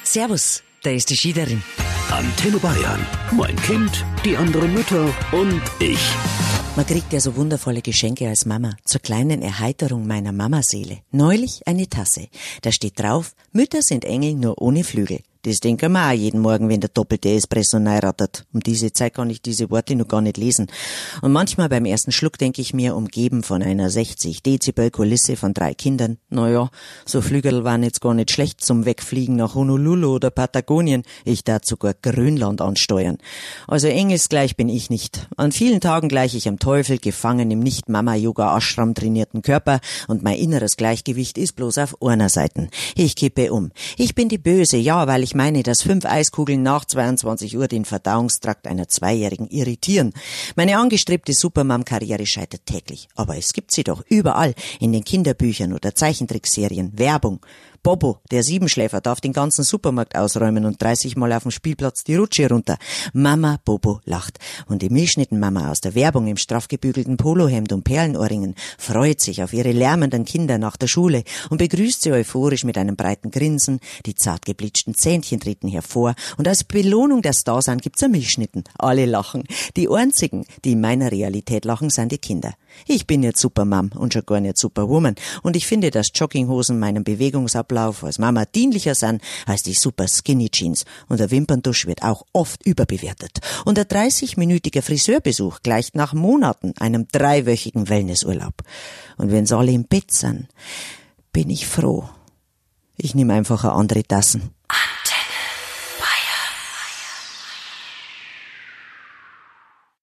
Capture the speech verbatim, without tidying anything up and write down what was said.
Servus, da ist die Schiederin. Antenne Bayern, mein Kind, die anderen Mütter und ich. Man kriegt ja so wundervolle Geschenke als Mama, zur kleinen Erheiterung meiner Mamaseele. Neulich eine Tasse. Da steht drauf, Mütter sind Engel, nur ohne Flügel. Das denken wir auch jeden Morgen, wenn der doppelte Espresso neirattert. Um diese Zeit kann ich diese Worte noch gar nicht lesen. Und manchmal beim ersten Schluck denke ich mir, umgeben von einer sechzig Dezibel Kulisse von drei Kindern. Naja, so Flügel waren jetzt gar nicht schlecht zum Wegfliegen nach Honolulu oder Patagonien. Ich darf sogar Grönland ansteuern. Also engelsgleich bin ich nicht. An vielen Tagen gleich ich am Teufel, gefangen im Nicht-Mama-Yoga-Ashram trainierten Körper, und mein inneres Gleichgewicht ist bloß auf einer Seite. Ich kippe um. Ich bin die Böse, ja, weil ich Ich meine, dass fünf Eiskugeln nach zweiundzwanzig Uhr den Verdauungstrakt einer Zweijährigen irritieren. Meine angestrebte Supermom-Karriere scheitert täglich. Aber es gibt sie doch überall, in den Kinderbüchern oder Zeichentrickserien, Werbung. Bobo, der Siebenschläfer, darf den ganzen Supermarkt ausräumen und dreißig Mal auf dem Spielplatz die Rutsche runter. Mama Bobo lacht. Und die Milchschnittenmama aus der Werbung im straff gebügelten Polohemd und Perlenohrringen freut sich auf ihre lärmenden Kinder nach der Schule und begrüßt sie euphorisch mit einem breiten Grinsen. Die zart geblitschten Zähnchen treten hervor und als Belohnung der Stars gibt's ein Milchschnitten. Alle lachen. Die einzigen, die in meiner Realität lachen, sind die Kinder. Ich bin jetzt Supermom und schon gar nicht Superwoman, und ich finde, dass Jogginghosen meinem Bewegungsablauf als Mama dienlicher sind als die super Skinny Jeans, und der Wimperntusch wird auch oft überbewertet. Und ein dreißigminütiger Friseurbesuch gleicht nach Monaten einem dreiwöchigen Wellnessurlaub. Und wenn's alle im Bett sind, bin ich froh. Ich nehme einfach eine andere Tassen.